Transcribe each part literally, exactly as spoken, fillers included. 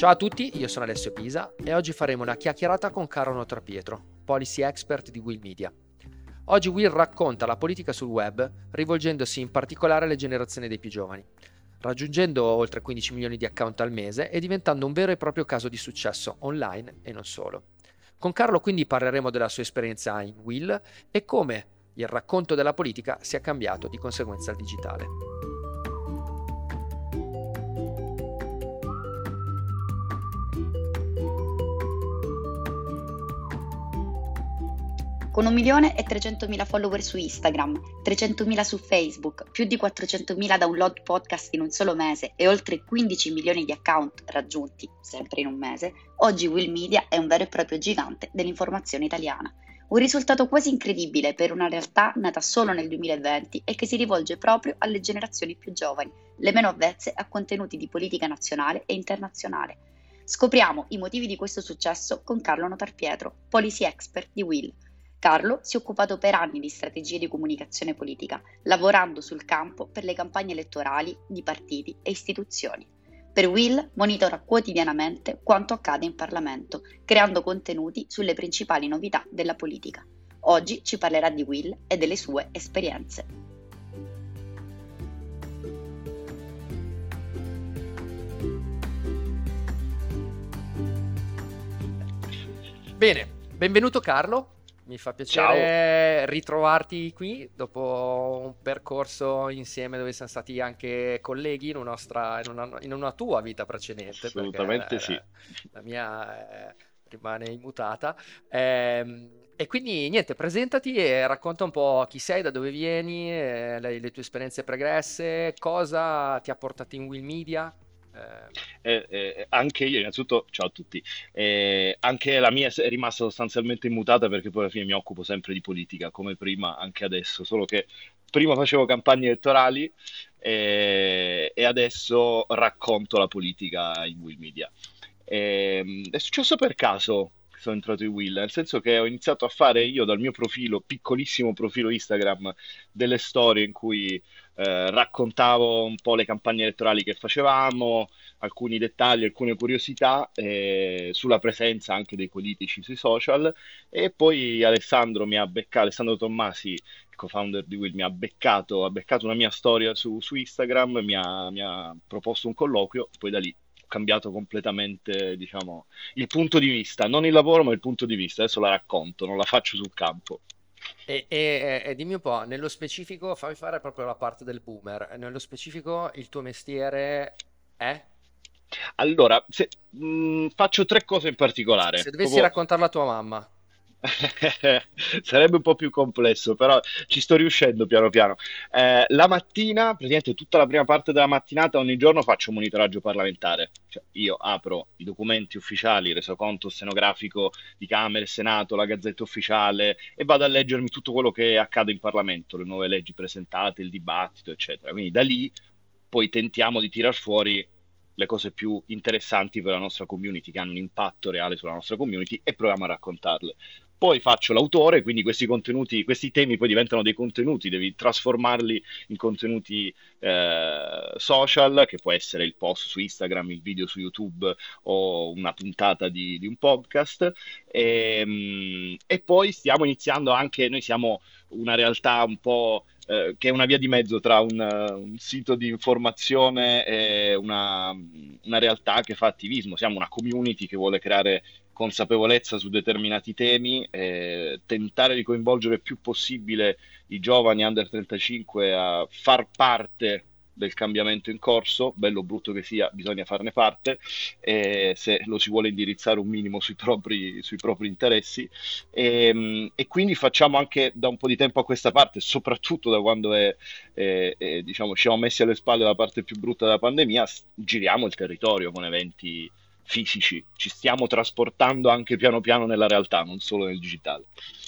Ciao a tutti, io sono Alessio Pisa e oggi faremo una chiacchierata con Carlo Trapietro, Policy Expert di Will Media. Oggi Will racconta la politica sul web, rivolgendosi in particolare alle generazioni dei più giovani, raggiungendo oltre quindici milioni di account al mese e diventando un vero e proprio caso di successo online e non solo. Con Carlo quindi parleremo della sua esperienza in Will e come il racconto della politica sia cambiato di conseguenza al digitale. Con un milione e trecentomila follower su Instagram, trecentomila su Facebook, più di quattrocentomila download podcast in un solo mese e oltre quindici milioni di account raggiunti, sempre in un mese, oggi Will Media è un vero e proprio gigante dell'informazione italiana. Un risultato quasi incredibile per una realtà nata solo nel duemilaventi e che si rivolge proprio alle generazioni più giovani, le meno avvezze a contenuti di politica nazionale e internazionale. Scopriamo i motivi di questo successo con Carlo Notarpietro, Policy Expert di Will. Carlo si è occupato per anni di strategie di comunicazione politica, lavorando sul campo per le campagne elettorali di partiti e istituzioni. Per Will monitora quotidianamente quanto accade in Parlamento, creando contenuti sulle principali novità della politica. Oggi ci parlerà di Will e delle sue esperienze. Bene, benvenuto Carlo. Mi fa piacere Ciao. ritrovarti qui dopo un percorso insieme dove siamo stati anche colleghi in, nostra, in, una, in una tua vita precedente. Assolutamente sì. La, la mia eh, rimane immutata. Eh, e quindi niente, presentati e racconta un po' chi sei, da dove vieni, eh, le, le tue esperienze pregresse, cosa ti ha portato in Will Media. Eh, eh, anche io, innanzitutto, ciao a tutti. Eh, anche la mia è rimasta sostanzialmente immutata perché poi alla fine mi occupo sempre di politica, come prima, anche adesso, solo che prima facevo campagne elettorali eh, e adesso racconto la politica in Will Media. Eh, è successo per caso che sono entrato in Will, nel senso che ho iniziato a fare io dal mio profilo, piccolissimo profilo Instagram, delle storie in cui eh, raccontavo un po' le campagne elettorali che facevamo, alcuni dettagli, alcune curiosità eh, sulla presenza anche dei politici sui social. E poi Alessandro mi ha beccato, Alessandro Tommasi, il co-founder di Will, mi ha beccato, ha beccato una mia storia su, su Instagram, mi ha, mi ha proposto un colloquio, poi da lì ho cambiato completamente, diciamo, il punto di vista, non il lavoro, ma il punto di vista. Adesso la racconto, non la faccio sul campo. E, e- e dimmi un po', nello specifico, fammi fare proprio la parte del boomer. Nello specifico, il tuo mestiere è? Allora, se- mh, faccio tre cose in particolare. Se dovessi Proprio raccontarla a tua mamma. sarebbe un po' più complesso, però ci sto riuscendo piano piano. Eh, la mattina, praticamente tutta la prima parte della mattinata, ogni giorno faccio un monitoraggio parlamentare. Cioè, io apro i documenti ufficiali, il resoconto stenografico di Camera e Senato, la Gazzetta Ufficiale e vado a leggermi tutto quello che accade in Parlamento, le nuove leggi presentate, il dibattito, eccetera. Quindi da lì poi tentiamo di tirar fuori le cose più interessanti per la nostra community, che hanno un impatto reale sulla nostra community, e proviamo a raccontarle. Poi faccio l'autore, quindi questi contenuti, questi temi poi diventano dei contenuti, devi trasformarli in contenuti eh, social, che può essere il post su Instagram, il video su YouTube o una puntata di, di un podcast. E, mm, e poi stiamo iniziando anche, noi siamo una realtà un po' eh, che è una via di mezzo tra un, eh, un sito di informazione e una, una realtà che fa attivismo. Siamo una community che vuole creare consapevolezza su determinati temi, eh, tentare di coinvolgere il più possibile i giovani under trentacinque a far parte del cambiamento in corso, bello o brutto che sia, bisogna farne parte, eh, se lo si vuole indirizzare un minimo sui propri, sui propri interessi. E, e quindi facciamo anche da un po' di tempo a questa parte, soprattutto da quando è, è- è, diciamo, ci siamo messi alle spalle la parte più brutta della pandemia, s- giriamo il territorio con eventi fisici, ci stiamo trasportando anche piano piano nella realtà, non solo nel digitale.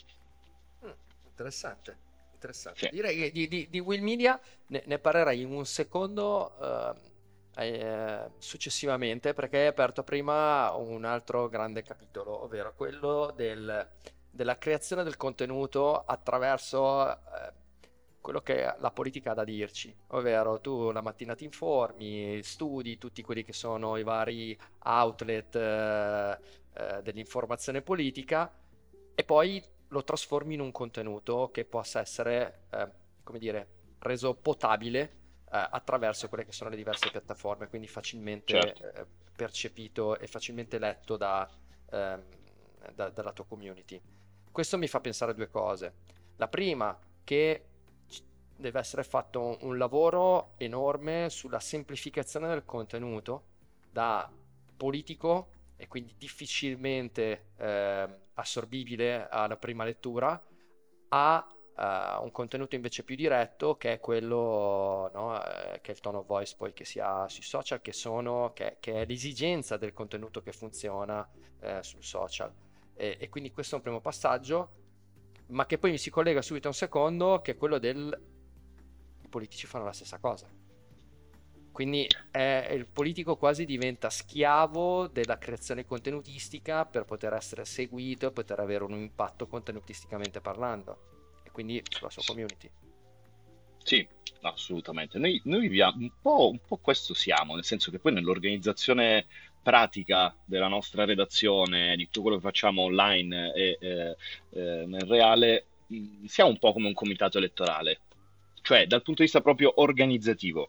Mm, interessante, interessante. Sì. Direi che di, di- di Will Media ne, ne parlerei in un secondo eh, eh, successivamente, perché hai aperto prima un altro grande capitolo, ovvero quello del- della creazione del contenuto attraverso eh, quello che la politica ha da dirci, ovvero tu la mattina ti informi, studi tutti quelli che sono i vari outlet eh, eh, dell'informazione politica e poi lo trasformi in un contenuto che possa essere, eh, come dire, reso potabile eh, attraverso quelle che sono le diverse piattaforme, quindi facilmente Certo. eh, percepito e facilmente letto da, ehm, da- dalla tua community. Questo mi fa pensare a due cose. La prima, che c- deve essere fatto un, un lavoro enorme sulla semplificazione del contenuto da politico e quindi difficilmente eh, assorbibile alla prima lettura a eh, un contenuto invece più diretto che è quello, no, eh, che è il tone of voice poi che si ha sui social, che sono, che, che è l'esigenza del contenuto che funziona eh, sul social. E, e quindi questo è un primo passaggio, ma che poi mi si collega subito a un secondo, che è quello del i politici fanno la stessa cosa. Quindi è, il politico quasi diventa schiavo della creazione contenutistica per poter essere seguito e poter avere un impatto contenutisticamente parlando, e quindi sulla sua community. Sì, assolutamente. Noi, noi viviamo un po', un po' questo siamo, nel senso che poi nell'organizzazione pratica della nostra redazione, di tutto quello che facciamo online e eh, eh, nel reale, mh, siamo un po' come un comitato elettorale, cioè dal punto di vista proprio organizzativo.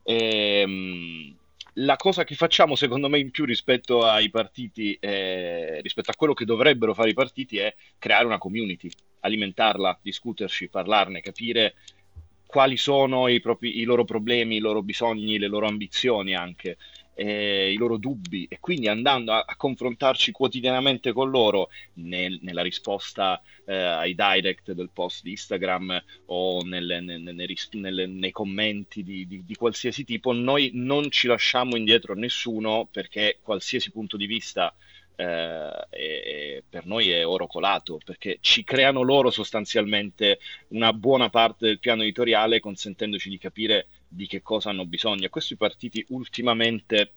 Ehm, la cosa che facciamo, secondo me, in più rispetto ai partiti, eh, rispetto a quello che dovrebbero fare i partiti, è creare una community, alimentarla, discuterci, parlarne, capire quali sono i, propri, i loro problemi, i loro bisogni, le loro ambizioni anche, eh, i loro dubbi e quindi andando a, a confrontarci quotidianamente con loro nel- nella risposta eh, ai direct del post di Instagram o nelle- ne- ne- nei ris- nelle- nei commenti di, di- di qualsiasi tipo, noi non ci lasciamo indietro nessuno perché qualsiasi punto di vista eh, è- è- per noi è oro colato, perché ci creano loro sostanzialmente una buona parte del piano editoriale, consentendoci di capire di che cosa hanno bisogno. E questo i partiti ultimamente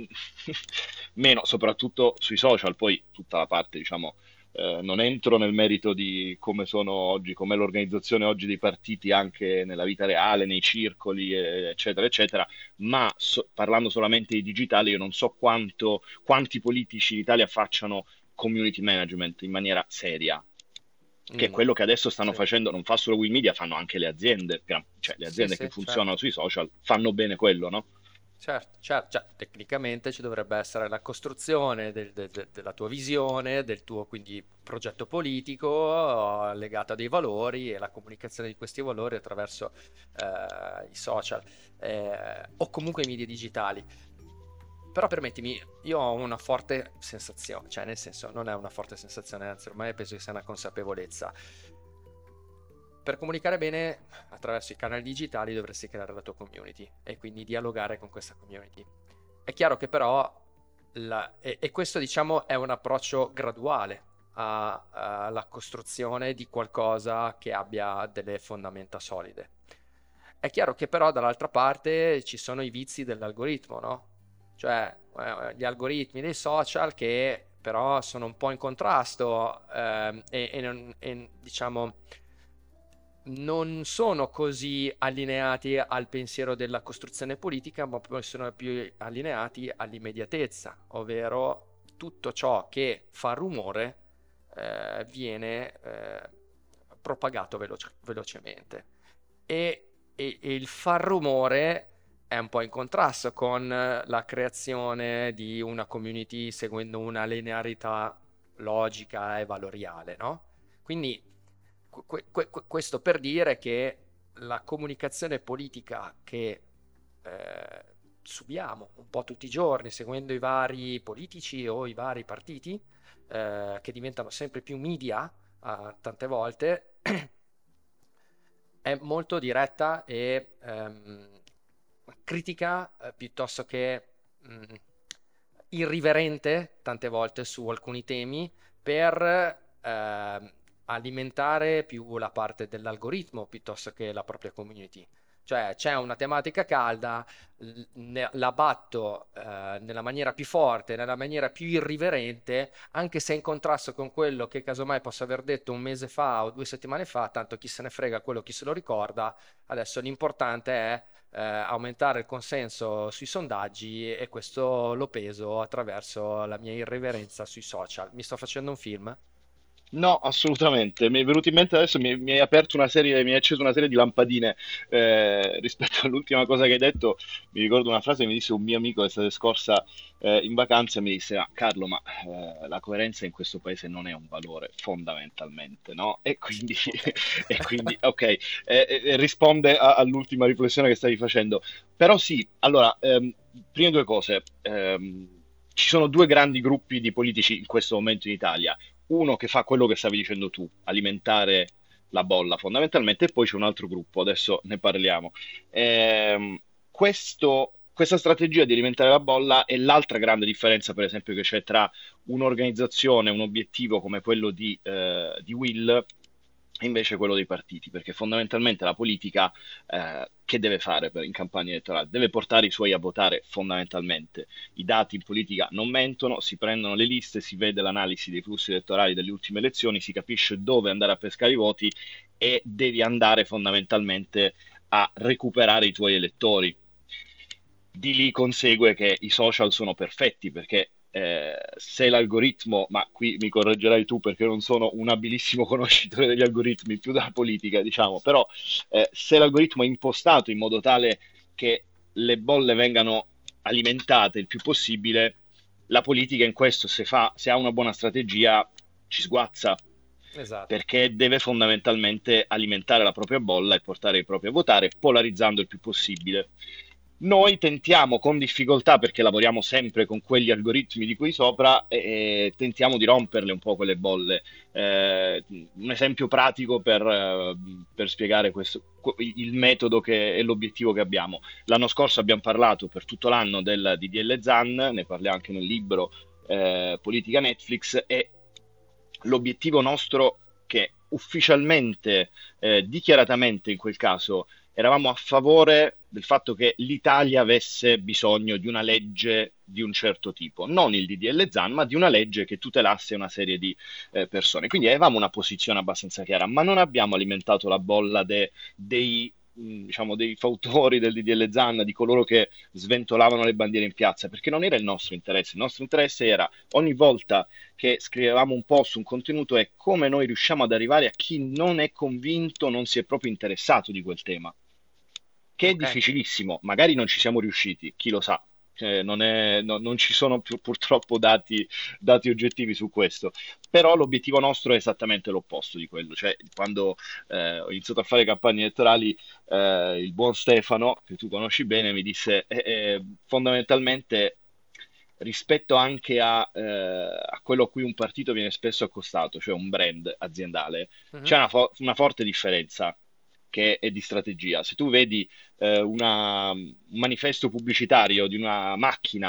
meno, soprattutto sui social, poi tutta la parte, diciamo, eh, non entro nel merito di come sono oggi, com'è l'organizzazione oggi dei partiti anche nella vita reale, nei circoli, eh, eccetera, eccetera, ma so- parlando solamente di digitale, io non so quanto, quanti politici in Italia facciano community management in maniera seria, che è Mm, quello che adesso stanno sì. facendo, non fa solo Will Media, fanno anche le aziende, cioè le Sì, aziende che sì, funzionano certo. sui social fanno bene quello, no? Certo, certo, cioè, tecnicamente ci dovrebbe essere la costruzione del- del- del- della tua visione, del tuo quindi progetto politico eh, legato a dei valori e la comunicazione di questi valori attraverso eh, i social eh, o comunque i media digitali. Però permettimi, io ho una forte sensazione, cioè nel senso non è una forte sensazione, anzi ormai penso che sia una consapevolezza. Per comunicare bene attraverso i canali digitali dovresti creare la tua community e quindi dialogare con questa community. È chiaro che però, la- e, e questo diciamo è un approccio graduale a- alla costruzione di qualcosa che abbia delle fondamenta solide. È chiaro che però dall'altra parte ci sono i vizi dell'algoritmo, no? Cioè eh, gli algoritmi dei social che però sono un po' in contrasto ehm, e, e non- e, diciamo non sono così allineati al pensiero della costruzione politica, ma poi sono più allineati all'immediatezza, ovvero tutto ciò che fa rumore eh, viene eh, propagato veloce- velocemente. E, e- e il far rumore è un po' in contrasto con la creazione di una community seguendo una linearità logica e valoriale, no? Quindi que- que- que- questo per dire che la comunicazione politica che eh, subiamo un po' tutti i giorni seguendo i vari politici o i vari partiti eh, che diventano sempre più media eh, tante volte è molto diretta e ehm, critica eh, piuttosto che mh, irriverente tante volte su alcuni temi per ehm, alimentare più la parte dell'algoritmo piuttosto che la propria community. Cioè c'è una tematica calda, l- ne- la batto eh, nella maniera più forte, nella maniera più irriverente, anche se è in contrasto con quello che casomai posso aver detto un mese fa o due settimane fa, tanto chi se ne frega, quello chi se lo ricorda. Adesso l'importante è eh, aumentare il consenso sui sondaggi e questo lo peso attraverso la mia irriverenza sui social. Mi sto facendo un film? No, assolutamente. Mi è venuto in mente adesso, mi, mi hai aperto una serie, mi hai acceso una serie di lampadine eh, rispetto all'ultima cosa che hai detto. Mi ricordo una frase che mi disse un mio amico l'estate scorsa eh, in vacanza e mi disse: "Ah, Carlo, ma eh, la coerenza in questo paese non è un valore fondamentalmente, no?" E quindi, Ok. e quindi ok, eh, eh, risponde a- all'ultima riflessione che stavi facendo. Però sì, allora, ehm, prime due cose. Ehm, ci sono due grandi gruppi di politici in questo momento in Italia, uno che fa quello che stavi dicendo tu, alimentare la bolla fondamentalmente, e poi c'è un altro gruppo, adesso ne parliamo. Ehm, questo- questa strategia di alimentare la bolla è l'altra grande differenza, per esempio, che c'è tra un'organizzazione, un obiettivo come quello di, eh, di Will e invece quello dei partiti, perché fondamentalmente la politica eh, che deve fare per- in campagna elettorale? Deve portare i suoi a votare fondamentalmente. I dati in politica non mentono, si prendono le liste, si vede l'analisi dei flussi elettorali delle ultime elezioni, si capisce dove andare a pescare i voti e devi andare fondamentalmente a recuperare i tuoi elettori. Di lì consegue che i social sono perfetti perché eh, se l'algoritmo, ma qui mi correggerai tu perché non sono un abilissimo conoscitore degli algoritmi, più della politica, diciamo, però eh, se l'algoritmo è impostato in modo tale che le bolle vengano alimentate il più possibile, la politica in questo, se fa, se ha una buona strategia, ci sguazza Esatto. perché deve fondamentalmente alimentare la propria bolla e portare i propri a votare, polarizzando il più possibile. Noi tentiamo con difficoltà, perché lavoriamo sempre con quegli algoritmi di qui sopra, e, e tentiamo di romperle un po' quelle bolle. Eh, un esempio pratico per, eh, per spiegare questo, il metodo che, e l'obiettivo che abbiamo. L'anno scorso abbiamo parlato per tutto l'anno del D D L Zan, ne parliamo anche nel libro eh, Politica Netflix, e l'obiettivo nostro, che ufficialmente, eh, dichiaratamente in quel caso, eravamo a favore del fatto che l'Italia avesse bisogno di una legge di un certo tipo, non il D D L Zan, ma di una legge che tutelasse una serie di eh, persone. Quindi avevamo una posizione abbastanza chiara, ma non abbiamo alimentato la bolla de- dei, mh, diciamo, dei fautori del D D L Zan, di coloro che sventolavano le bandiere in piazza, perché non era il nostro interesse. Il nostro interesse era ogni volta che scrivevamo un post, un contenuto, è come noi riusciamo ad arrivare a chi non è convinto, non si è proprio interessato di quel tema, che è Ok. difficilissimo, magari non ci siamo riusciti, chi lo sa. Eh, non, è- no- non ci sono più, purtroppo dati, dati oggettivi su questo, però l'obiettivo nostro è esattamente l'opposto di quello. Cioè, quando eh, ho iniziato a fare campagne elettorali, eh, il buon Stefano, che tu conosci bene, mi disse eh, eh, fondamentalmente, rispetto anche a, eh, a quello a cui un partito viene spesso accostato, cioè un brand aziendale, Mhm. c'è una, fo- una forte differenza che è di strategia. Se tu vedi eh, una- un manifesto pubblicitario di una macchina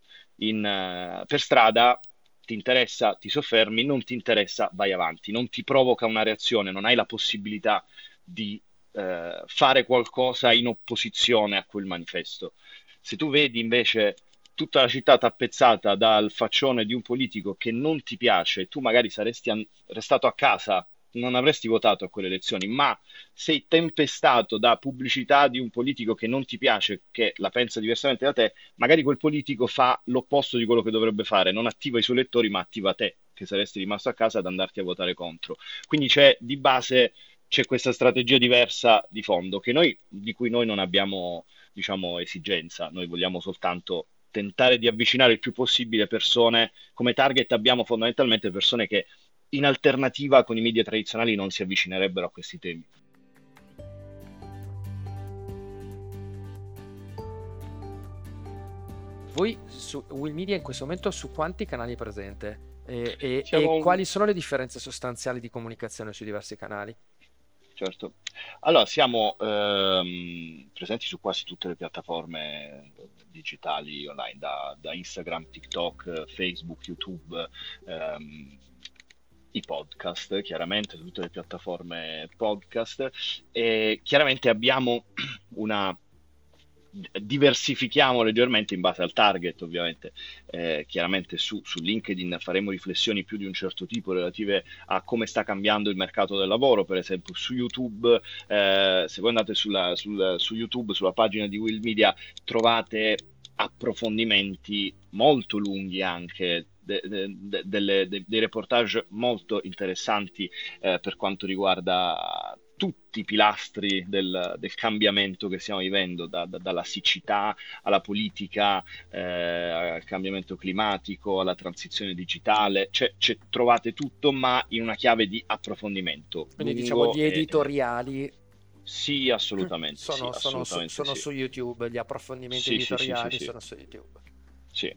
in, eh, per strada, ti interessa, ti soffermi, non ti interessa, vai avanti, non ti provoca una reazione, non hai la possibilità di eh, fare qualcosa in opposizione a quel manifesto. Se tu vedi invece tutta la città tappezzata dal faccione di un politico che non ti piace, tu magari saresti an- restato a casa, non avresti votato a quelle elezioni, ma sei tempestato da pubblicità di un politico che non ti piace, che la pensa diversamente da te, magari quel politico fa l'opposto di quello che dovrebbe fare, non attiva i suoi elettori, ma attiva te, che saresti rimasto a casa ad andarti a votare contro. Quindi c'è di base c'è questa strategia diversa di fondo che noi, di cui noi non abbiamo, diciamo, esigenza. Noi vogliamo soltanto tentare di avvicinare il più possibile persone. Come target abbiamo fondamentalmente persone che in alternativa con i media tradizionali non si avvicinerebbero a questi temi. Voi su Will Media in questo momento su quanti canali è presente? E, e- e Siamo un, quali sono le differenze sostanziali di comunicazione sui diversi canali? Certo. Allora, siamo ehm, presenti su quasi tutte le piattaforme digitali online, da, da Instagram, TikTok, eh, Facebook, YouTube, ehm, i podcast, chiaramente, su tutte le piattaforme podcast. E chiaramente abbiamo una diversifichiamo leggermente in base al target, ovviamente. Eh, chiaramente su, su LinkedIn faremo riflessioni più di un certo tipo relative a come sta cambiando il mercato del lavoro. Per esempio su YouTube, eh, se voi andate sulla, sul, su YouTube, sulla pagina di Will Media, trovate approfondimenti molto lunghi anche, de- de- de- delle- de- dei reportage molto interessanti eh, per quanto riguarda tutti i pilastri del, del cambiamento che stiamo vivendo, da- da- dalla siccità alla politica, eh, al cambiamento climatico, alla transizione digitale. C'è- c'è- trovate tutto, ma in una chiave di approfondimento Quindi diciamo lungo gli e... e- editoriali Sì, assolutamente sì, sono, sono su, assolutamente sono sì. su YouTube, gli approfondimenti Sì, sì, sì, sì, editoriali sì, sono su YouTube. sì.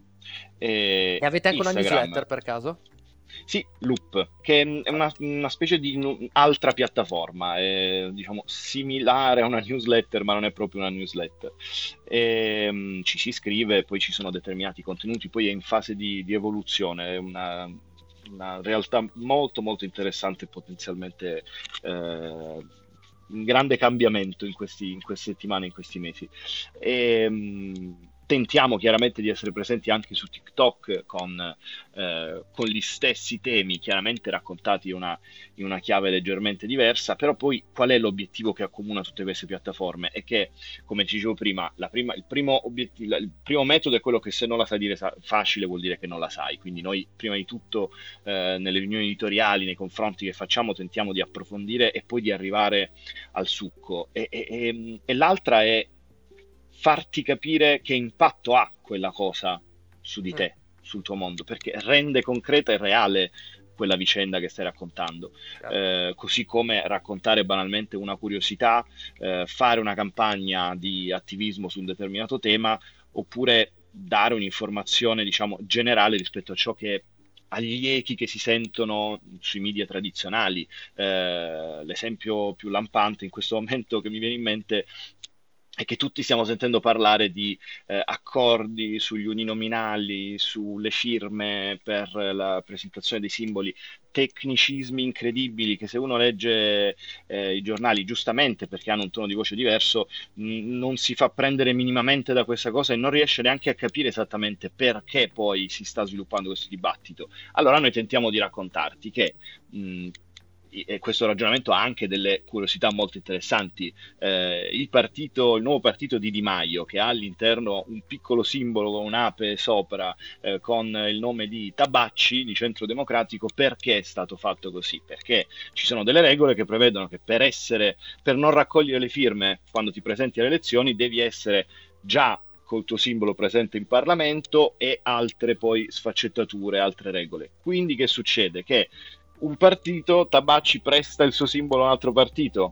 E E avete anche una Instagram. newsletter per caso? Sì, Loop, che è Ah, una, una specie di nu- altra piattaforma, è, diciamo, similare a una newsletter, ma non è proprio una newsletter. E, mm, ci si iscrive, poi ci sono determinati contenuti, poi è in fase di, di evoluzione, è una, una realtà molto molto interessante e potenzialmente eh, un grande cambiamento in questi- in queste settimane, in questi mesi. E, mm, tentiamo chiaramente di essere presenti anche su TikTok con, eh, con gli stessi temi, chiaramente raccontati in una, in una chiave leggermente diversa, però poi qual è l'obiettivo che accomuna tutte queste piattaforme? È che, come ti dicevo prima, la prima- il, primo obiettivo, il primo metodo è quello che se non la sai dire sa- facile vuol dire che non la sai, quindi noi prima di tutto eh, nelle riunioni editoriali, nei confronti che facciamo, tentiamo di approfondire e poi di arrivare al succo. E, e- e- e l'altra è farti capire che impatto ha quella cosa su di mm, te, sul tuo mondo, perché rende concreta e reale quella vicenda che stai raccontando. chiaro. Eh, così come raccontare banalmente una curiosità, eh, fare una campagna di attivismo su un determinato tema, oppure dare un'informazione, diciamo, generale rispetto a ciò che agli echi che si sentono sui media tradizionali. Eh, l'esempio più lampante in questo momento che mi viene in mente è che tutti stiamo sentendo parlare di eh, accordi sugli uninominali, sulle firme per la presentazione dei simboli, tecnicismi incredibili che se uno legge eh, i giornali giustamente perché hanno un tono di voce diverso, mh, non si fa prendere minimamente da questa cosa e non riesce neanche a capire esattamente perché poi si sta sviluppando questo dibattito. Allora noi tentiamo di raccontarti che mh, e questo ragionamento ha anche delle curiosità molto interessanti. Eh, il partito, il nuovo partito di Di Maio, che ha all'interno un piccolo simbolo con un'ape sopra, eh, con il nome di Tabacci, di Centro Democratico, perché è stato fatto così? Perché ci sono delle regole che prevedono che per essere, per non raccogliere le firme quando ti presenti alle elezioni, devi essere già col tuo simbolo presente in Parlamento e altre poi sfaccettature, altre regole. Quindi che succede? Che un partito, Tabacci presta il suo simbolo a un altro partito.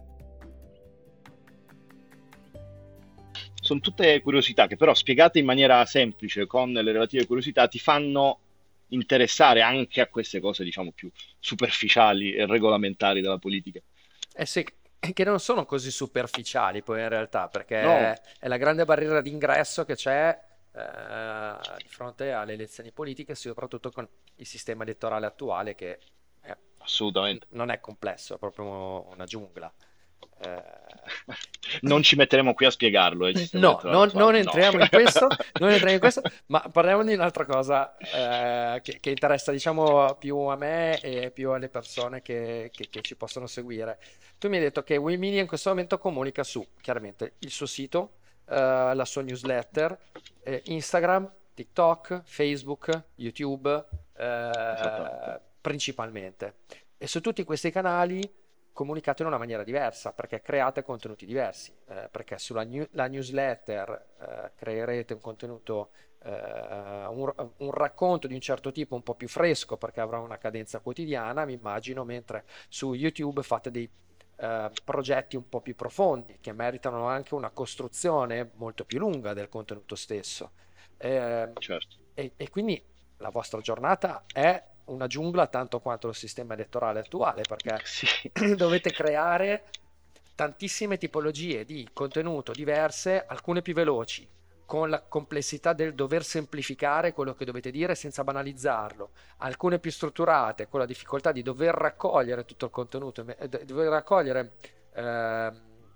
Sono tutte curiosità che però spiegate in maniera semplice, con le relative curiosità, ti fanno interessare anche a queste cose, diciamo, più superficiali e regolamentari della politica. Eh sì, che non sono così superficiali poi in realtà, perché No, è la grande barriera d'ingresso che c'è eh, di fronte alle elezioni politiche, soprattutto con il sistema elettorale attuale che è- n- assolutamente. non è complesso, è proprio una giungla. Eh, Non ci metteremo qui a spiegarlo, eh, il sistema No, elettorale non, attuale. non No. entriamo in questo, non entriamo in questo, ma parliamo di un'altra cosa eh, che, che interessa, diciamo, più a me e più alle persone che, che- che ci possono seguire. Tu mi hai detto che Wimilia in questo momento comunica su, chiaramente, il suo sito, eh, la sua newsletter, eh, Instagram, TikTok, Facebook, YouTube, Esattamente. eh, principalmente. E su tutti questi canali comunicate in una maniera diversa perché create contenuti diversi, eh, perché sulla new- la newsletter eh, creerete un contenuto, eh, un, un racconto di un certo tipo un po' più fresco perché avrà una cadenza quotidiana, mi immagino, mentre su YouTube fate dei eh, progetti un po' più profondi che meritano anche una costruzione molto più lunga del contenuto stesso. Eh, Certo. e, e quindi la vostra giornata è una giungla tanto quanto il sistema elettorale attuale, perché Sì. dovete creare tantissime tipologie di contenuto diverse, alcune più veloci, con la complessità del dover semplificare quello che dovete dire senza banalizzarlo, alcune più strutturate, con la difficoltà di dover raccogliere tutto il contenuto, eh, dover raccogliere eh,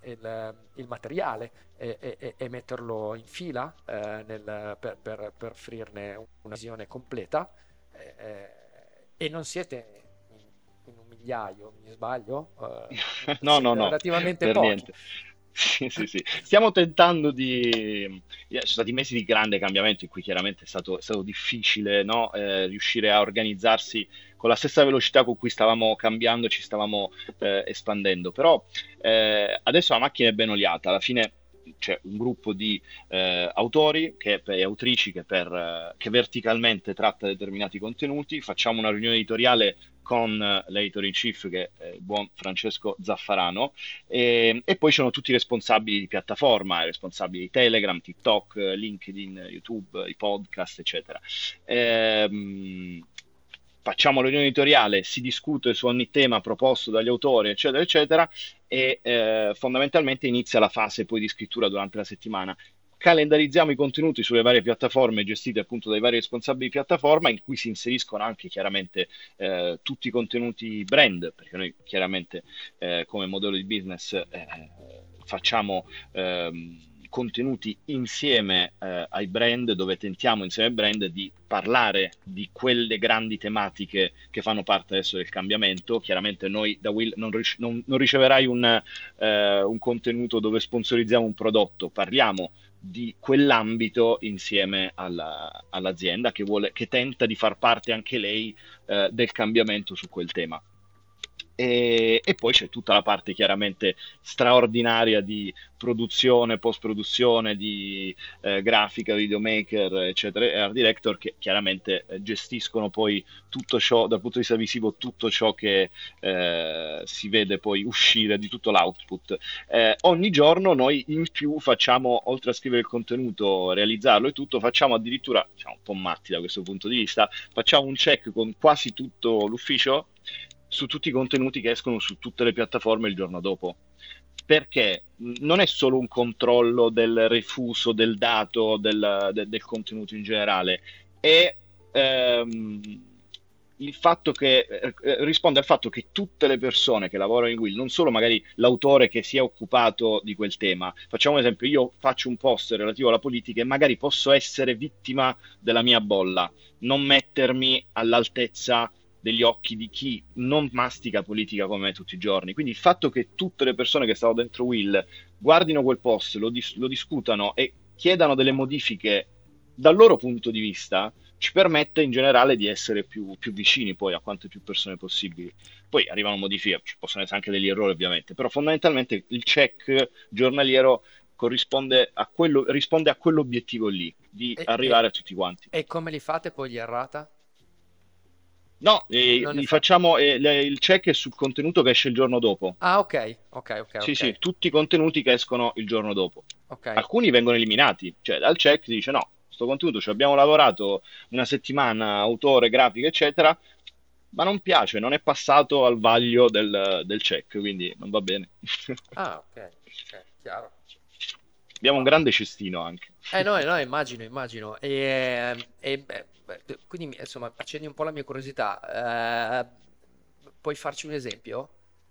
il, il materiale e, e- e metterlo in fila eh, nel- per, per, per offrirne una visione completa. eh, eh, e non siete in, in un migliaio, mi sbaglio? Eh, No, no, siete no, relativamente per pochi. niente. Sì, sì, sì. Stiamo tentando di... eh, Sono stati mesi di grande cambiamento in cui chiaramente è stato, è stato difficile, no? Eh, riuscire a organizzarsi con la stessa velocità con cui stavamo cambiando, ci stavamo eh, espandendo. Però eh, adesso la macchina è ben oliata. Alla fine c'è un gruppo di eh, autori che, e autrici che, per, eh, che verticalmente tratta determinati contenuti. Facciamo una riunione editoriale con eh, l'editor in chief che è il buon Francesco Zaffarano e, e poi ci sono tutti i responsabili di piattaforma, i responsabili di Telegram, TikTok, eh, LinkedIn, YouTube, i podcast, eccetera. Ehm, Facciamo la riunione editoriale, si discute su ogni tema proposto dagli autori, eccetera, eccetera, e eh, fondamentalmente inizia la fase poi di scrittura durante la settimana. Calendarizziamo i contenuti sulle varie piattaforme gestite appunto dai vari responsabili di piattaforma, in cui si inseriscono anche chiaramente eh, tutti i contenuti brand, perché noi chiaramente eh, come modello di business eh, facciamo ehm, contenuti insieme eh, ai brand, dove tentiamo insieme ai brand di parlare di quelle grandi tematiche che fanno parte adesso del cambiamento. Chiaramente noi da Will non, ric- non- non riceverai un, eh, un contenuto dove sponsorizziamo un prodotto, parliamo di quell'ambito insieme alla- all'azienda che vuole, che tenta di far parte anche lei eh, del cambiamento su quel tema. E, e poi c'è tutta la parte chiaramente straordinaria di produzione, post-produzione, di eh, grafica, videomaker, eccetera, e art director che chiaramente eh, gestiscono poi tutto ciò, dal punto di vista visivo, tutto ciò che eh, si vede poi uscire di tutto l'output. Eh, ogni giorno noi in più facciamo, oltre a scrivere il contenuto, realizzarlo e tutto, facciamo addirittura, siamo un po' matti da questo punto di vista, facciamo un check con quasi tutto l'ufficio su tutti i contenuti che escono su tutte le piattaforme il giorno dopo. Perché non è solo un controllo del refuso del dato, del, de- del contenuto in generale, è ehm, il fatto che eh, eh, risponde al fatto che tutte le persone che lavorano in Will, non solo magari l'autore che si è occupato di quel tema, facciamo un esempio, io faccio un post relativo alla politica e magari posso essere vittima della mia bolla, non mettermi all'altezza degli occhi di chi non mastica politica come me tutti i giorni. Quindi il fatto che tutte le persone che stanno dentro Will guardino quel post, lo, dis- lo discutano e chiedano delle modifiche dal loro punto di vista, ci permette in generale di essere più, più vicini poi a quante più persone possibili. Poi arrivano modifiche, ci possono essere anche degli errori ovviamente, però fondamentalmente il check giornaliero corrisponde a quello, risponde a quell'obiettivo lì, di E, e- arrivare a tutti quanti. e come li fate poi gli errata? No, eh, Non ne li fa. facciamo, eh, le- il check è sul contenuto che esce il giorno dopo. Ah, ok, ok, ok, Sì, ok, sì, tutti i contenuti che escono il giorno dopo. ok. Alcuni vengono eliminati, cioè dal check si dice no, questo contenuto ci abbiamo lavorato una settimana, autore, grafica, eccetera, ma non piace, non è passato al vaglio del, del check, quindi non va bene. Ah, ok, ok, chiaro. Abbiamo un Ah. grande cestino anche. Eh no, eh, no, immagino, immagino. E, e, beh, beh, quindi mi- insomma, accendi un po' la mia curiosità. Eh, puoi farci un esempio?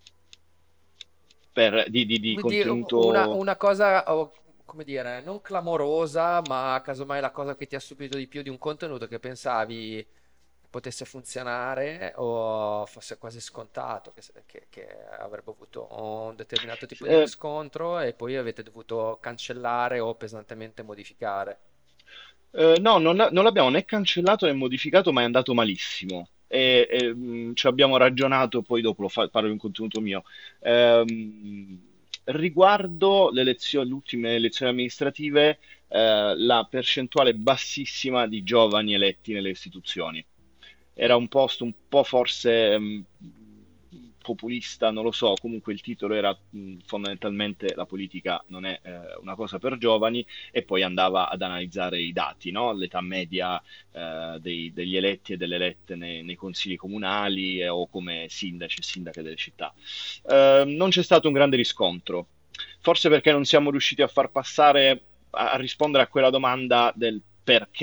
Per, di, di- di Quindi una, contenuto. una cosa, oh, come dire, non clamorosa, ma casomai la cosa che ti ha stupito di più di un contenuto che pensavi potesse funzionare o fosse quasi scontato, che, che- che avrebbe avuto un determinato tipo di eh, riscontro e poi avete dovuto cancellare o pesantemente modificare. Eh, no, non, non l'abbiamo né cancellato né modificato, ma è andato malissimo. E, e, mh, ci abbiamo ragionato, poi dopo lo fa- parlo di un contenuto mio. Ehm, Riguardo le elezioni, le ultime elezioni amministrative, eh, la percentuale bassissima di giovani eletti nelle istituzioni. Era Mm. un post un po' forse mh, populista, non lo so, comunque il titolo era mh, fondamentalmente la politica non è eh, una cosa per giovani e poi andava ad analizzare i dati, no? L'età media eh, dei- degli eletti e delle elette nei, nei consigli comunali eh, o come sindaci e sindache delle città. Eh, non c'è stato un grande riscontro, forse perché non siamo riusciti a far passare, a, a rispondere a quella domanda del perché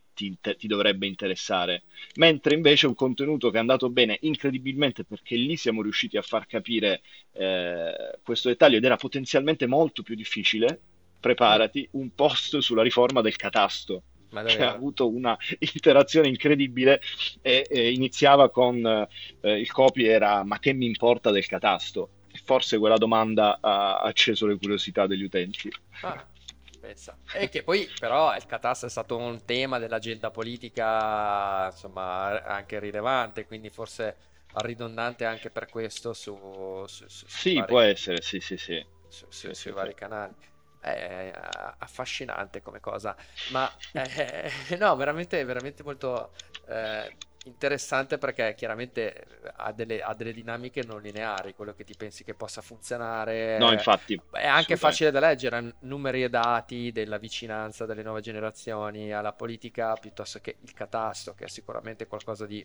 ti, inter- ti dovrebbe interessare, mentre invece un contenuto che è andato bene incredibilmente perché lì siamo riusciti a far capire eh, questo dettaglio ed era potenzialmente molto più difficile, Mm, preparati, un post sulla riforma del catasto ma che ha davvero? avuto una interazione incredibile e, e iniziava con eh, il copy era ma che mi importa del catasto? E forse quella domanda ha acceso le curiosità degli utenti. Ah, pensa. E che poi però il catasto è stato un tema dell'agenda politica, insomma, anche rilevante, quindi forse ridondante anche per questo su, su- su- sui Sì, vari, può essere, sì, sì, sì. su- su- Sì, sui sì, sì. vari canali. È affascinante come cosa, ma eh, no, veramente, veramente molto eh, interessante perché chiaramente ha delle, ha delle dinamiche non lineari, quello che ti pensi che possa No, funzionare infatti, è anche assolutamente. facile da leggere, n- numeri e dati della vicinanza delle nuove generazioni alla politica piuttosto che il catasto, che è sicuramente qualcosa di,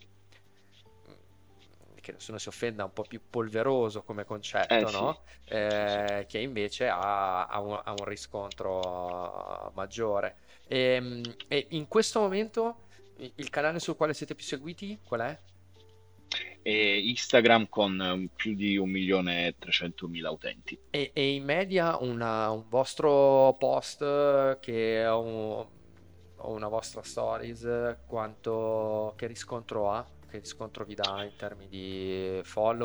mm, che nessuno si offenda, un po' più polveroso come Eh concetto, sì, no? sì, sì. Eh, che invece ha, ha un, ha un riscontro maggiore. E, mm, e in questo momento i- il canale sul quale siete più seguiti, qual è? E Instagram con eh, più di un milione e trecentomila utenti. E, e in media una- un vostro post eh, che ha un- o una vostra stories, eh, quanto, che riscontro ha? Che riscontro vi dà in termini di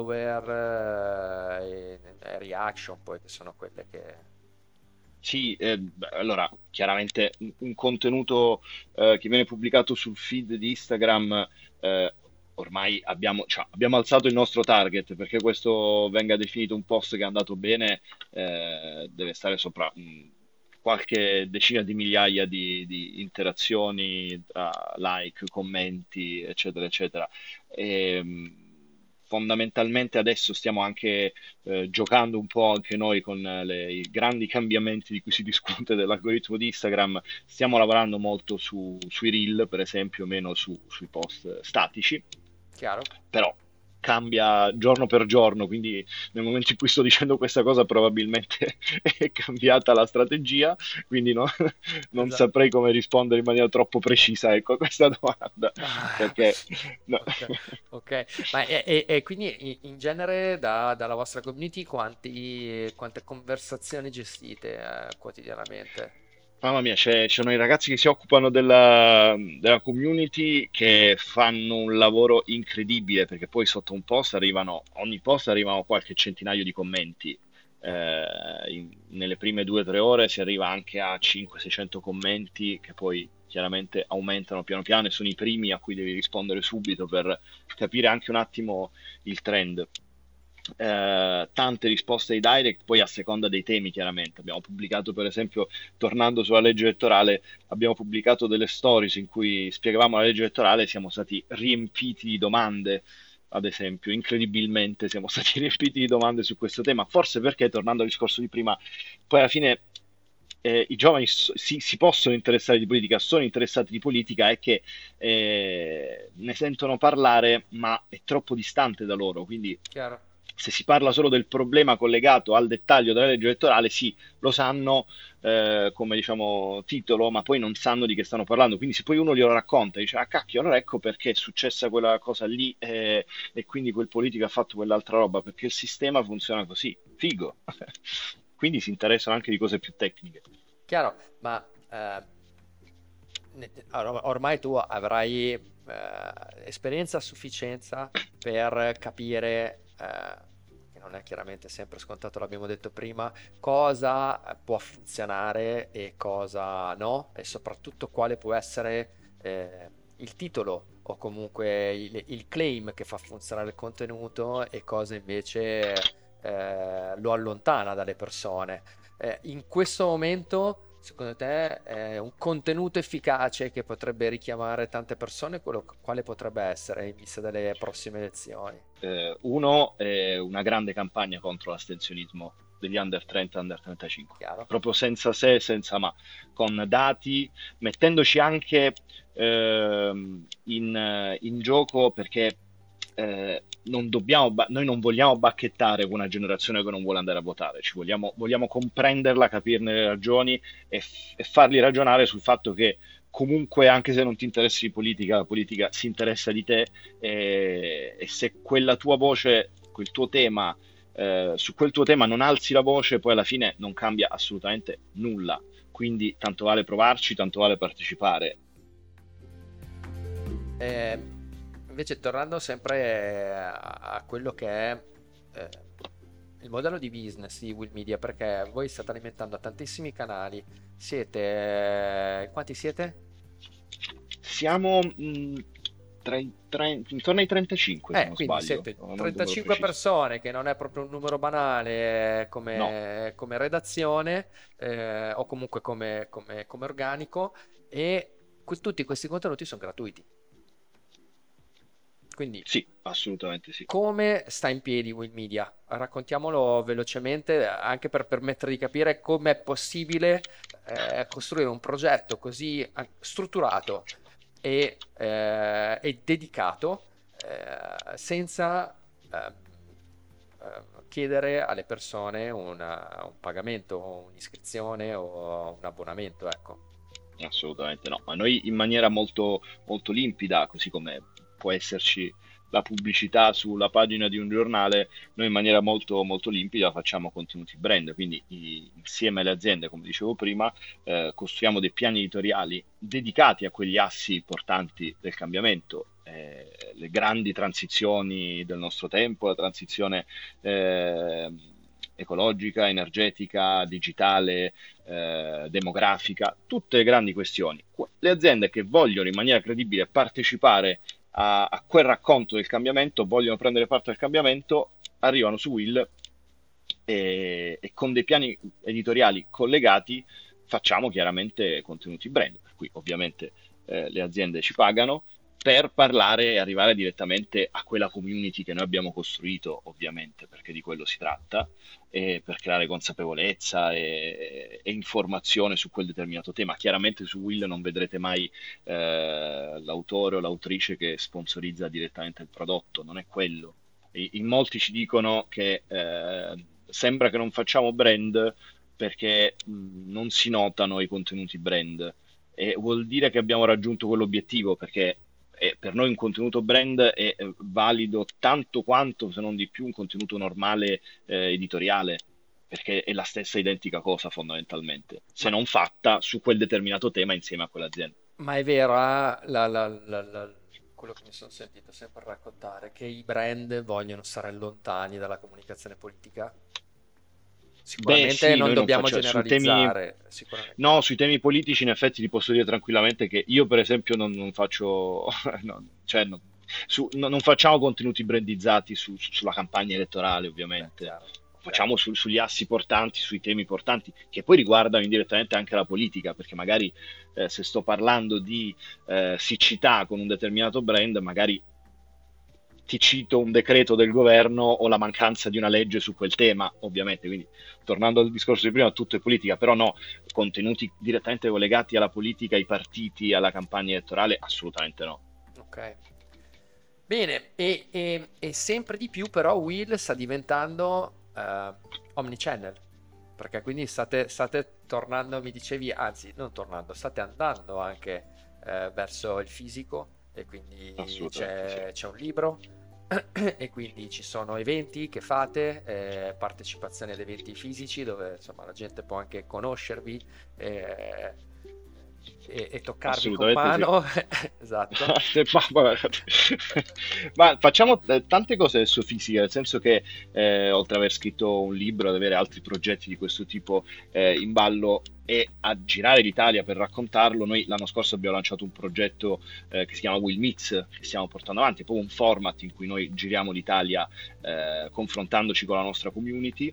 follower eh, e, e reaction, poi che sono quelle che... Sì, eh, beh, allora chiaramente un, un contenuto eh, che viene pubblicato sul feed di Instagram, eh, ormai abbiamo, cioè, abbiamo alzato il nostro target perché questo venga definito un post che è andato bene, eh, deve stare sopra mm, qualche decina di migliaia di, di interazioni tra like, commenti, eccetera, eccetera. E, mh, fondamentalmente adesso stiamo anche eh, giocando un po' anche noi con eh, le- i grandi cambiamenti di cui si discute dell'algoritmo di Instagram, stiamo lavorando molto su- sui reel, per esempio, meno su- sui post statici, Chiaro? però cambia giorno per giorno, quindi nel momento in cui sto dicendo questa cosa probabilmente è cambiata la strategia, quindi no- non Esatto. saprei come rispondere in maniera troppo precisa, ecco, a questa domanda, Ah, perché no. ok, ok. Ma e, e- e quindi in, in genere da- dalla vostra community quanti, quante conversazioni gestite eh, quotidianamente? Mamma mia, c'è- ci sono i ragazzi che si occupano della, della community che fanno un lavoro incredibile perché poi sotto un post arrivano, ogni post arrivano qualche centinaio di commenti. Eh, in- nelle prime due o tre ore si arriva anche a cinquecento seicento commenti che poi chiaramente aumentano piano piano e sono i primi a cui devi rispondere subito per capire anche un attimo il trend. Eh, tante risposte ai direct, poi a seconda dei temi, chiaramente. Abbiamo pubblicato, per esempio, tornando sulla legge elettorale, abbiamo pubblicato delle stories in cui spiegavamo la legge elettorale e siamo stati riempiti di domande. Ad esempio, incredibilmente siamo stati riempiti di domande su questo tema, forse perché, tornando al discorso di prima, poi alla fine eh, i giovani s- si, si possono interessare di politica, sono interessati di politica, è che eh, ne sentono parlare, ma è troppo distante da loro. Quindi, Chiaro? se si parla solo del problema collegato al dettaglio della legge elettorale, sì, lo sanno eh, come diciamo titolo, ma poi non sanno di che stanno parlando. Quindi, se poi uno glielo racconta, dice: Ah, cacchio, allora ecco perché è successa quella cosa lì, eh, e quindi quel politico ha fatto quell'altra roba, perché il sistema funziona così. Figo. Quindi si interessano anche di cose più tecniche. Chiaro, ma eh, ne- or- ormai tu avrai eh, esperienza a sufficienza per capire, eh, che non è chiaramente sempre scontato, l'abbiamo detto prima, cosa eh, può funzionare e cosa no, e soprattutto quale può essere eh, il titolo o comunque il, il claim che fa funzionare il contenuto e cosa invece eh, lo allontana dalle persone. Eh, in questo momento, secondo te, è un contenuto efficace che potrebbe richiamare tante persone? Quello, quale potrebbe essere in vista delle prossime elezioni? Eh, uno è una grande campagna contro l'astensionismo degli under trenta, under trentacinque, Chiaro? proprio senza se e senza ma, con dati, mettendoci anche ehm, in, in gioco perché eh, non dobbiamo, ba- noi non vogliamo bacchettare con una generazione che non vuole andare a votare, ci vogliamo, vogliamo comprenderla, capirne le ragioni e, f- e farli ragionare sul fatto che comunque anche se non ti interessi di politica, la politica si interessa di te e, e se quella tua voce, quel tuo tema, eh, su quel tuo tema non alzi la voce, poi alla fine non cambia assolutamente nulla. Quindi tanto vale provarci, tanto vale partecipare. Eh, invece tornando sempre a, a quello che è eh, il modello di business di Will Media, perché voi state alimentando tantissimi canali, siete... quanti siete? Siamo mh, tre- tre- intorno ai trentacinque, se Eh, non quindi sbaglio, siete non ho il numero trentacinque preciso. persone, che non è proprio un numero banale eh, No, come, come redazione eh, o comunque come, come- come organico, e que- tutti questi contenuti sono gratuiti. Quindi sì, assolutamente sì. come sta in piedi Will Media? Raccontiamolo velocemente, anche per permettere di capire come è possibile eh, costruire un progetto così eh, strutturato e, eh, e dedicato eh, senza eh, eh, chiedere alle persone una- un pagamento, un'iscrizione o un abbonamento, ecco. Assolutamente no, ma noi in maniera molto, molto limpida, così come può esserci la pubblicità sulla pagina di un giornale, noi in maniera molto, molto limpida facciamo contenuti brand, quindi i- insieme alle aziende, come dicevo prima, eh, costruiamo dei piani editoriali dedicati a quegli assi importanti del cambiamento, eh, le grandi transizioni del nostro tempo, la transizione eh, ecologica, energetica, digitale, eh, demografica, tutte le grandi questioni. Le aziende che vogliono in maniera credibile partecipare a, a quel racconto del cambiamento, vogliono prendere parte al cambiamento, arrivano su Will e, e con dei piani editoriali collegati facciamo chiaramente contenuti brand, per cui ovviamente eh, le aziende ci pagano per parlare e arrivare direttamente a quella community che noi abbiamo costruito, ovviamente, perché di quello si tratta, e per creare consapevolezza e, e informazione su quel determinato tema. Chiaramente su Will non vedrete mai eh, l'autore o l'autrice che sponsorizza direttamente il prodotto, non è quello. E in molti ci dicono che eh, sembra che non facciamo brand perché mh, non si notano i contenuti brand e vuol dire che abbiamo raggiunto quell'obiettivo perché eh, per noi un contenuto brand è eh, valido tanto quanto, se non di più, un contenuto normale eh, editoriale, perché è la stessa identica cosa fondamentalmente, se Ma, non fatta su quel determinato tema insieme a quell'azienda. ma è vera la- la- la- la- quello che mi sono sentito sempre raccontare, che i brand vogliono stare lontani dalla comunicazione politica? Beh, Sicuramente sì, non noi non dobbiamo facciamo sui temi, generalizzare, sicuramente. no, sui temi politici in effetti ti posso dire tranquillamente che io per esempio non, non faccio, no, cioè no, su- no- non facciamo contenuti brandizzati su- su- sulla campagna elettorale, Beh, ovviamente. chiaro, chiaro. Facciamo su- sugli assi portanti, sui temi portanti, che poi riguardano indirettamente anche la politica, perché magari eh, se sto parlando di eh, siccità con un determinato brand, magari ti cito un decreto del governo o la mancanza di una legge su quel tema, ovviamente. Quindi, tornando al discorso di prima, tutto è politica, però no, contenuti direttamente collegati alla politica, ai partiti, alla campagna elettorale, assolutamente no. Ok. Bene, e, e- e sempre di più però Will sta diventando eh, omnichannel, perché quindi state, state tornando, mi dicevi, anzi non tornando, state andando anche eh, verso il fisico, e quindi Assolutamente sì. c'è c'è un libro e quindi ci sono eventi che fate, eh, partecipazioni ad eventi fisici dove insomma la gente può anche conoscervi eh, e, e toccarvi con Assolutamente sì. mano. Esatto. Se- ma, vabbè. Ma facciamo eh, tante cose adesso fisiche, nel senso che eh, oltre ad aver scritto un libro, ad avere altri progetti di questo tipo eh, in ballo e a girare l'Italia per raccontarlo, noi l'anno scorso abbiamo lanciato un progetto eh, che si chiama Will Meets, che stiamo portando avanti, è proprio un format in cui noi giriamo l'Italia eh, confrontandoci con la nostra community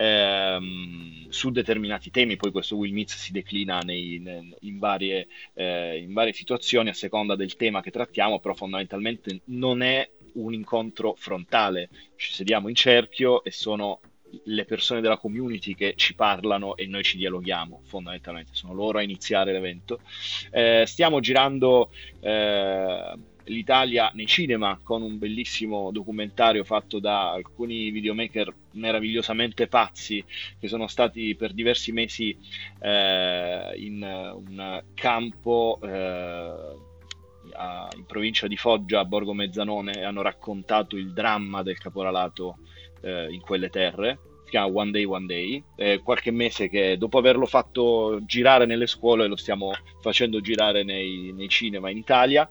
ehm, su determinati temi, poi questo Will Meets si declina nei- ne- in varie eh, in varie situazioni a seconda del tema che trattiamo, però fondamentalmente non è un incontro frontale, ci sediamo in cerchio e sono le persone della community che ci parlano e noi ci dialoghiamo, fondamentalmente sono loro a iniziare l'evento. Eh, stiamo girando eh, l'Italia nei cinema con un bellissimo documentario fatto da alcuni videomaker meravigliosamente pazzi che sono stati per diversi mesi eh, in un campo eh, a- in provincia di Foggia, a Borgo Mezzanone, e hanno raccontato il dramma del caporalato eh, in quelle terre. Si chiama One Day One Day. È qualche mese che dopo averlo fatto girare nelle scuole lo stiamo facendo girare nei, nei cinema in Italia.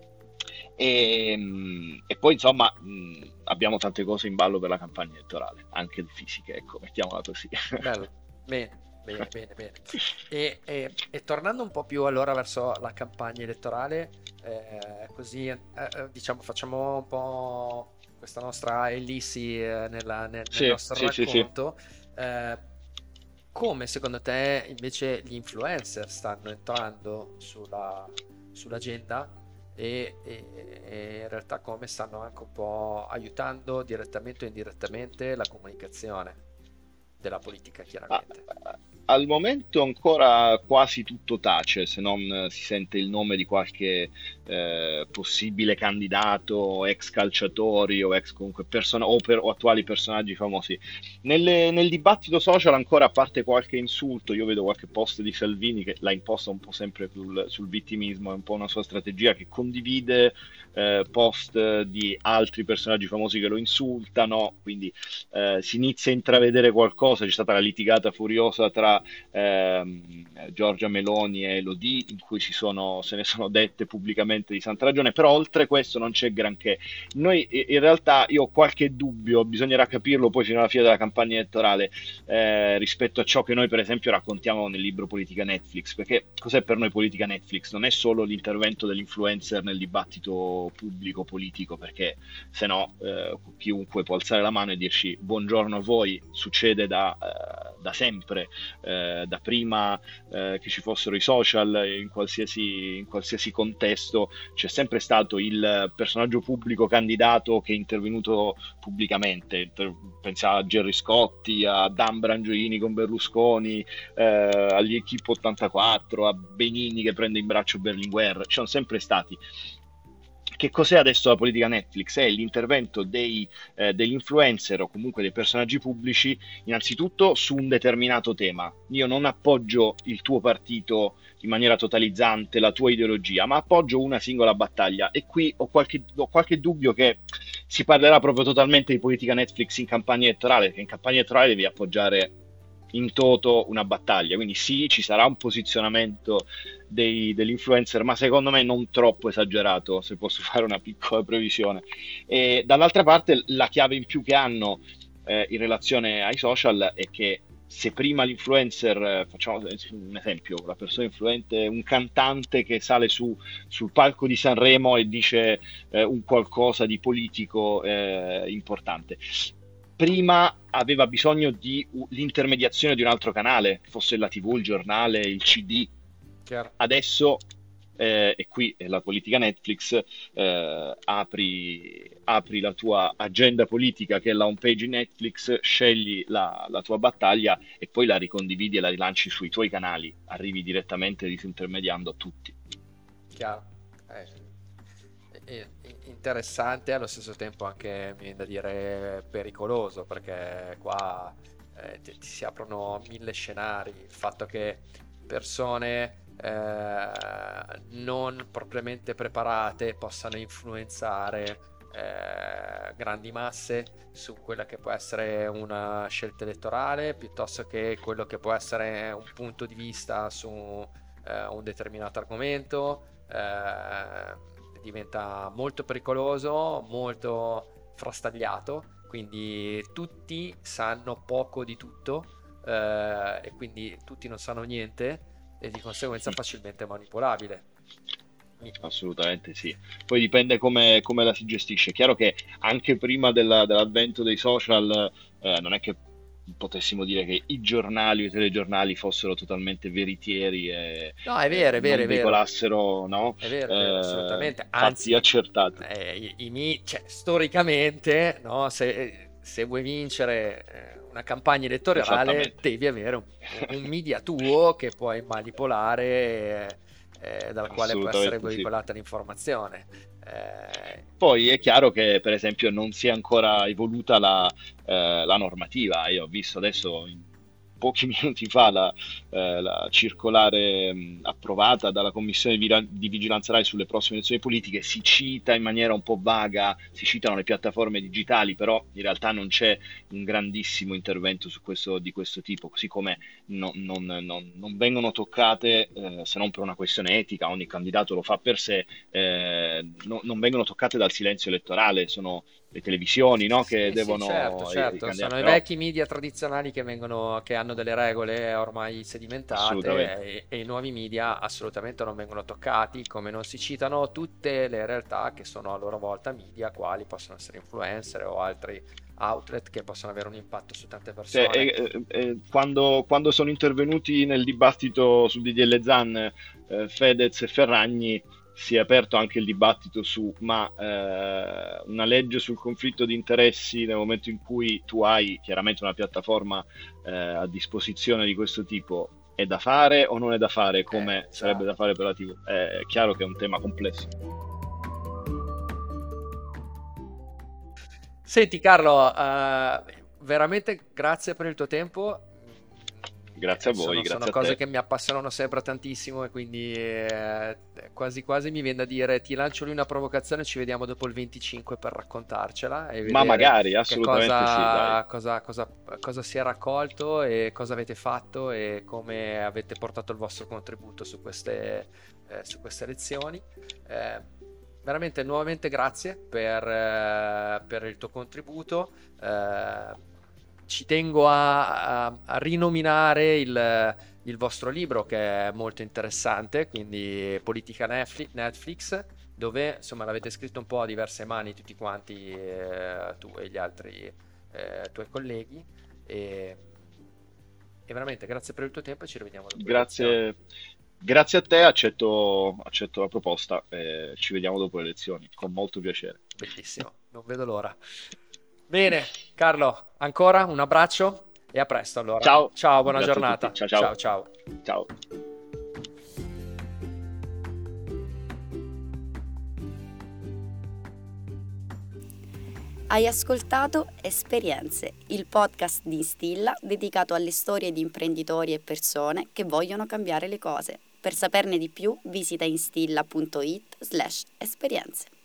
E, mm, e poi insomma mm, abbiamo tante cose in ballo per la campagna elettorale, anche fisiche, ecco, mettiamola così. Bello, bene, bene, bene, bene. E, e- e tornando un po' più allora verso la campagna elettorale, eh, così eh, eh, diciamo facciamo un po' questa nostra ellissi eh, nella- nel, nel Sì, nostro sì, sì, sì. racconto. eh, Come secondo te invece gli influencer stanno entrando sulla, sull'agenda e, e- e in realtà come stanno anche un po' aiutando direttamente o indirettamente la comunicazione della politica, Ah, chiaramente. al momento ancora quasi tutto tace, se non eh, si sente il nome di qualche eh, possibile candidato, ex calciatori o ex comunque persona o, per- o attuali personaggi famosi. Nelle- nel dibattito social ancora, a parte qualche insulto, io vedo qualche post di Salvini che la imposta un po' sempre sul, sul vittimismo, è un po' una sua strategia, che condivide eh, post di altri personaggi famosi che lo insultano, quindi eh, si inizia a intravedere qualcosa. C'è stata la litigata furiosa tra ehm, Giorgia Meloni e Elodie, in cui si sono, se ne sono dette pubblicamente di santa ragione, però oltre questo non c'è granché. Noi i- in realtà io ho qualche dubbio, bisognerà capirlo poi fino alla fine della campagna elettorale, eh, rispetto a ciò che noi per esempio raccontiamo nel libro Politica Netflix, perché cos'è per noi politica Netflix? Non è solo l'intervento dell'influencer nel dibattito pubblico politico, perché se no eh, chiunque può alzare la mano e dirci buongiorno a voi. Succede da, eh, da sempre, eh, da prima eh, che ci fossero i social, in qualsiasi, in qualsiasi contesto c'è sempre stato il personaggio pubblico candidato che è intervenuto pubblicamente. Pensiamo a Gerry Scotti, a Dan Brangiolini con Berlusconi, eh, agli Equipe ottantaquattro, a Benigni che prende in braccio Berlinguer. Ci sono sempre stati. Che cos'è adesso la politica Netflix? È l'intervento dei, eh, degli influencer o comunque dei personaggi pubblici, innanzitutto su un determinato tema. Io non appoggio il tuo partito in maniera totalizzante, la tua ideologia, ma appoggio una singola battaglia. E qui ho qualche, ho qualche dubbio che si parlerà proprio totalmente di politica Netflix in campagna elettorale, perché in campagna elettorale devi appoggiare in toto una battaglia. Quindi sì, ci sarà un posizionamento dei- degli influencer, ma secondo me non troppo esagerato, se posso fare una piccola previsione. E dall'altra parte la chiave in più che hanno eh, in relazione ai social è che se prima l'influencer, eh, facciamo un esempio, la persona influente, un cantante che sale su, sul palco di Sanremo e dice eh, un qualcosa di politico eh, importante, prima aveva bisogno di u- l'intermediazione di un altro canale, che fosse la T V, il giornale, il C D. Chiaro? Adesso, eh, e qui è la politica Netflix, eh, apri, apri la tua agenda politica, che è la homepage di Netflix, scegli la, la tua battaglia e poi la ricondividi e la rilanci sui tuoi canali, arrivi direttamente disintermediando a tutti. Chiaro. Eh, è- è interessante, allo stesso tempo anche, mi viene da dire, pericoloso, perché qua eh, ti, ti si aprono mille scenari. Il fatto che persone eh, non propriamente preparate possano influenzare eh, grandi masse su quella che può essere una scelta elettorale, piuttosto che quello che può essere un punto di vista su eh, un determinato argomento. eh, Diventa molto pericoloso, molto frastagliato, quindi tutti sanno poco di tutto, eh, e quindi tutti non sanno niente e di conseguenza facilmente manipolabile. Mi- Assolutamente sì. Poi dipende come, come la si gestisce. È chiaro che anche prima della- dell'avvento dei social, eh, non è che potessimo dire che i giornali o i telegiornali fossero totalmente veritieri e No, è eh, vero, è vero, non è vero, veicolassero, no? è vero, è vero, Eh, assolutamente. fatti Anzi, accertati. eh, i, i mi- cioè, storicamente, no, se, se vuoi vincere eh, una campagna elettorale, Esattamente. devi avere un, un media tuo che puoi manipolare eh, dalla quale può essere Assolutamente sì. veicolata l'informazione. Eh, Poi è chiaro che, per esempio, non si è ancora evoluta la, eh, la normativa. Io ho visto adesso, in- pochi minuti fa, la, eh, la circolare mh, approvata dalla Commissione di Vira- di Vigilanza Rai sulle prossime elezioni politiche. Si cita in maniera un po' vaga, si citano le piattaforme digitali, però in realtà non c'è un grandissimo intervento su questo, di questo tipo, così come no- non, non- non vengono toccate, eh, se non per una questione etica, ogni candidato lo fa per sé, eh, no- non vengono toccate dal silenzio elettorale, sono le televisioni, no, che Sì, sì, certo, devono i, i certo, candidati, sono i però vecchi media tradizionali che vengono, che hanno delle regole ormai assolutamente. sedimentate e, e i nuovi media assolutamente non vengono toccati, come non si citano tutte le realtà che sono a loro volta media, quali possono essere influencer o altri outlet che possono avere un impatto su tante Cioè, persone. e- e- e quando, quando sono intervenuti nel dibattito sul D D L Zan, eh, Fedez e Ferragni, si è aperto anche il dibattito su ma eh, una legge sul conflitto di interessi nel momento in cui tu hai chiaramente una piattaforma eh, a disposizione di questo tipo, è da fare o non è da fare, Eh, come sarebbe da esatto. fare per la T V? È chiaro che è un tema complesso. Senti Carlo, eh, veramente grazie per il tuo tempo. Mm, Grazie eh, a voi, sono, sono grazie a cose te. che mi appassionano sempre tantissimo e quindi eh, quasi quasi mi viene da dire ti lancio lì una provocazione, ci vediamo dopo il venticinque per raccontarcela e Ma vedere magari, che assolutamente sì, dai. cosa, cosa, cosa, cosa si è raccolto e cosa avete fatto e come avete portato il vostro contributo su queste, eh, su queste lezioni. Eh, Veramente nuovamente grazie per, eh, per il tuo contributo. Eh, ci tengo a, a- a rinominare il, il vostro libro che è molto interessante, quindi Politica Netflix, Netflix, dove insomma l'avete scritto un po' a diverse mani tutti quanti, eh, tu e gli altri eh, tuoi colleghi. E, e veramente grazie per il tuo tempo e ci rivediamo dopo le lezioni. Grazie, grazie a te, accetto, accetto la proposta e ci vediamo dopo le lezioni, con molto piacere. Bellissimo, non vedo l'ora. Bene, Carlo, ancora un abbraccio e a presto allora. Ciao, Ciao, buona grazie a tutti, giornata. ciao ciao. Ciao, ciao. Ciao. Hai ascoltato Esperienze, il podcast di Instilla dedicato alle storie di imprenditori e persone che vogliono cambiare le cose. Per saperne di più visita instilla punto it slash esperienze.